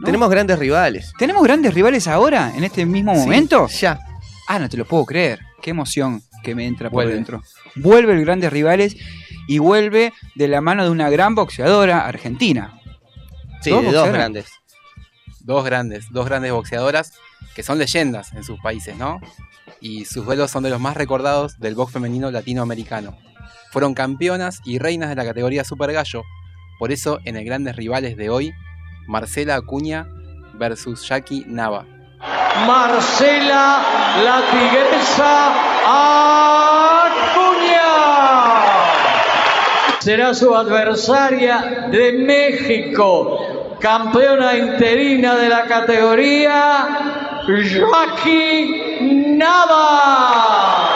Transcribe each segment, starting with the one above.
¿no? Tenemos grandes rivales. ¿Tenemos grandes rivales ahora, en este mismo momento? Ya. Ah, no te lo puedo creer. Qué emoción que me entra por dentro. Vuelve el Grandes Rivales y vuelve de la mano de una gran boxeadora argentina. Sí, de dos grandes. Dos grandes boxeadoras que son leyendas en sus países, ¿no? Y sus duelos son de los más recordados del box femenino latinoamericano. Fueron campeonas y reinas de la categoría Super Gallo. Por eso, en el Grandes Rivales de hoy, Marcela Acuña versus Jackie Nava. Marcela la Tigresa Acuña será su adversaria de México, campeona interina de la categoría, Jackie Nava.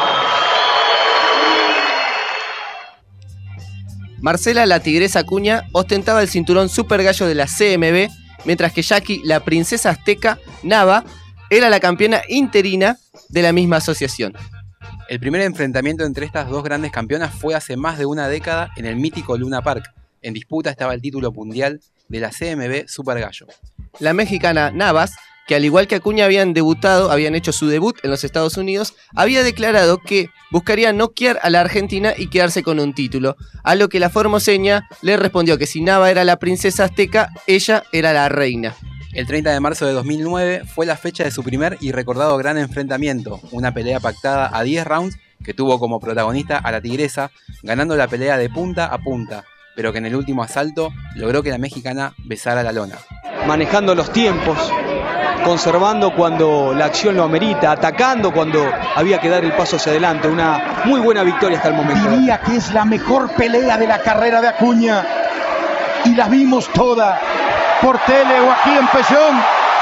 Marcela la Tigresa Acuña ostentaba el cinturón Super Gallo de la CMB, mientras que Jackie, la princesa azteca Nava, era la campeona interina de la misma asociación. El primer enfrentamiento entre estas dos grandes campeonas fue hace más de una década en el mítico Luna Park. En disputa estaba el título mundial de la CMB Super Gallo. La mexicana Navas, que al igual que Acuña habían hecho su debut en los Estados Unidos, había declarado que buscaría noquear a la Argentina y quedarse con un título, a lo que la formoseña le respondió que si Nava era la princesa azteca, ella era la reina. El 30 de marzo de 2009 fue la fecha de su primer y recordado gran enfrentamiento, una pelea pactada a 10 rounds que tuvo como protagonista a la Tigresa, ganando la pelea de punta a punta, pero que en el último asalto logró que la mexicana besara la lona. Manejando los tiempos, conservando cuando la acción lo amerita, atacando cuando había que dar el paso hacia adelante. Una muy buena victoria hasta el momento. Diría que es la mejor pelea de la carrera de Acuña. Y la vimos toda por tele o aquí en Pellón.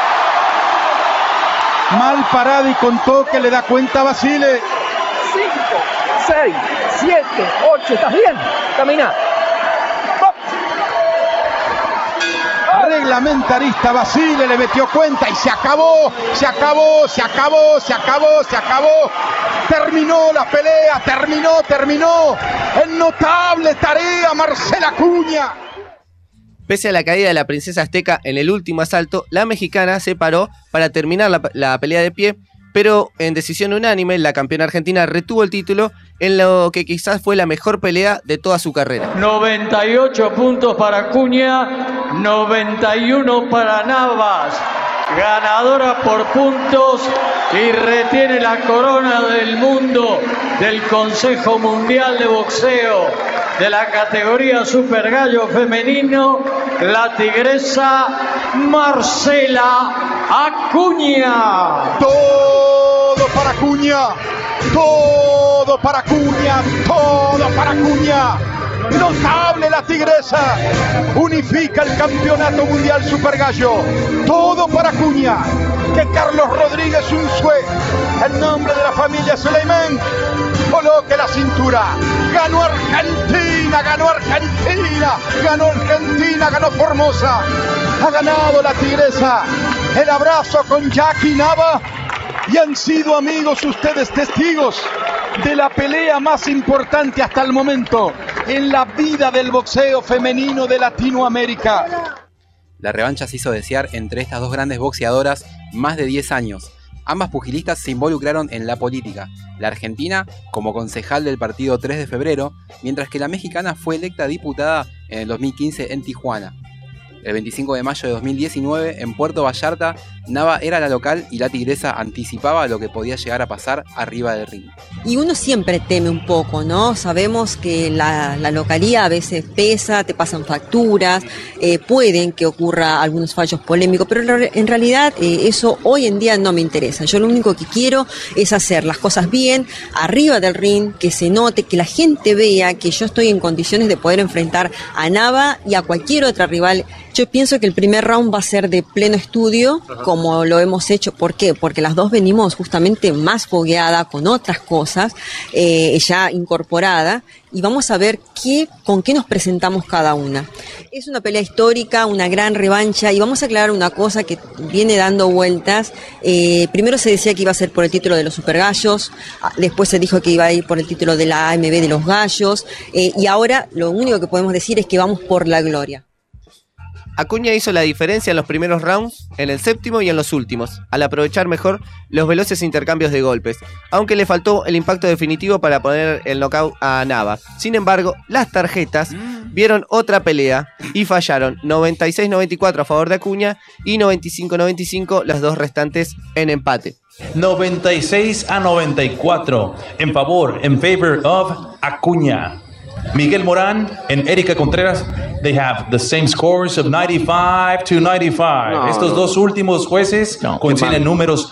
Mal parada y con toque le da cuenta a Basile. 5, 6, 7, 8, ¿estás bien? Camina. Reglamentarista Basile le metió cuenta y se acabó. Terminó la pelea, terminó. En notable tarea Marcela Acuña. Pese a la caída de la princesa azteca en el último asalto, la mexicana se paró para terminar la pelea de pie, pero en decisión unánime la campeona argentina retuvo el título en lo que quizás fue la mejor pelea de toda su carrera. 98 puntos para Acuña, 91 para Navas. Ganadora por puntos y retiene la corona del mundo del Consejo Mundial de Boxeo de la categoría Super Gallo femenino, la tigresa Marcela Acuña. Todo para Acuña, todo para Acuña, todo para Acuña. Notable la tigresa, unifica el campeonato mundial Super Gallo. Todo para Acuña, que Carlos Rodríguez Unzué, en nombre de la familia Suleiman, coloque la cintura. Ganó Argentina, ganó Formosa. Ha ganado la tigresa. El abrazo con Jackie Nava. Y han sido, amigos, ustedes testigos de la pelea más importante hasta el momento en la vida del boxeo femenino de Latinoamérica. La revancha se hizo desear entre estas dos grandes boxeadoras más de 10 años. Ambas pugilistas se involucraron en la política, la argentina como concejal del partido 3 de febrero, mientras que la mexicana fue electa diputada en el 2015 en Tijuana. El 25 de mayo de 2019, en Puerto Vallarta, Nava era la local y la tigresa anticipaba lo que podía llegar a pasar arriba del ring. Y uno siempre teme un poco, ¿no? Sabemos que la localía a veces pesa, te pasan facturas, pueden que ocurra algunos fallos polémicos, pero en realidad eso hoy en día no me interesa. Yo lo único que quiero es hacer las cosas bien, arriba del ring, que se note, que la gente vea que yo estoy en condiciones de poder enfrentar a Nava y a cualquier otra rival. Yo pienso que el primer round va a ser de pleno estudio, como lo hemos hecho. ¿Por qué? Porque las dos venimos justamente más fogueadas con otras cosas, ya incorporada, y vamos a ver con qué nos presentamos cada una. Es una pelea histórica, una gran revancha, y vamos a aclarar una cosa que viene dando vueltas. Primero se decía que iba a ser por el título de los Super Gallos, después se dijo que iba a ir por el título de la AMB de los Gallos, y ahora lo único que podemos decir es que vamos por la gloria. Acuña hizo la diferencia en los primeros rounds, en el séptimo y en los últimos, al aprovechar mejor los veloces intercambios de golpes, aunque le faltó el impacto definitivo para poner el knockout a Nava. Sin embargo, las tarjetas vieron otra pelea y fallaron 96-94 a favor de Acuña y 95-95 las dos restantes en empate. 96-94 en favor of Acuña. Miguel Morán and Erika Contreras, they have the same scores of 95-95. Estos dos últimos jueces coinciden en números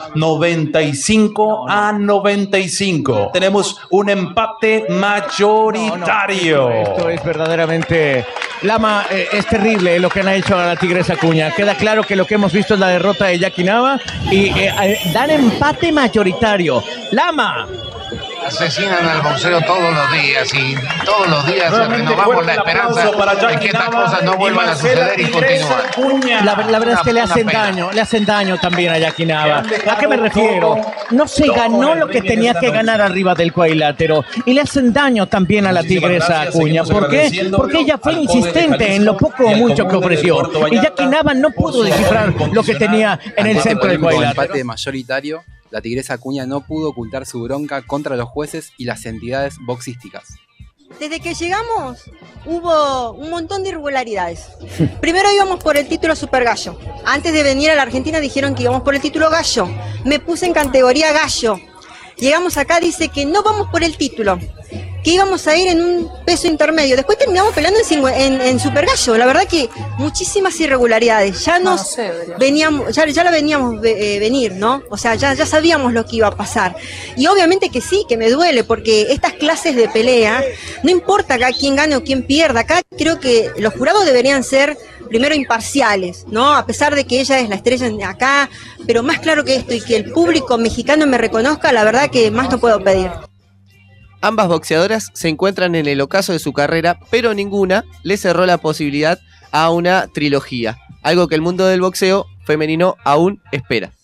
95-95. Tenemos un empate mayoritario. Esto es verdaderamente... Lama, es terrible lo que han hecho a la Tigresa Acuña. Queda claro que lo que hemos visto es la derrota de Jackie Nava y dan empate mayoritario. Lama. Asesinan al boxeo todos los días y todos los días renovamos la esperanza de que estas cosas no vuelvan a suceder y continúan. La verdad es que le hacen daño también a Jackie Nava. ¿A qué me refiero? No se ganó lo que tenía que ganar arriba del cuadrilátero y le hacen daño también a la Tigresa Acuña. ¿Por qué? Porque ella fue insistente en lo poco o mucho que ofreció y Jackie Nava no pudo descifrar lo que tenía en el centro del cuadrilátero. Empate mayoritario. La Tigresa Acuña no pudo ocultar su bronca contra los jueces y las entidades boxísticas. Desde que llegamos hubo un montón de irregularidades. Primero íbamos por el título Super Gallo. Antes de venir a la Argentina dijeron que íbamos por el título Gallo. Me puse en categoría Gallo. Llegamos acá, dice que no vamos por el título, que íbamos a ir en un peso intermedio. Después terminamos peleando en Super Gallo. La verdad que muchísimas irregularidades. Ya la veníamos venir, ¿no? O sea, ya sabíamos lo que iba a pasar. Y obviamente que sí, que me duele, porque estas clases de pelea, no importa acá quién gane o quién pierda, acá creo que los jurados deberían ser primero imparciales, ¿no? A pesar de que ella es la estrella acá, pero más claro que esto y que el público mexicano me reconozca, la verdad que más no puedo pedir. Ambas boxeadoras se encuentran en el ocaso de su carrera, pero ninguna le cerró la posibilidad a una trilogía, algo que el mundo del boxeo femenino aún espera.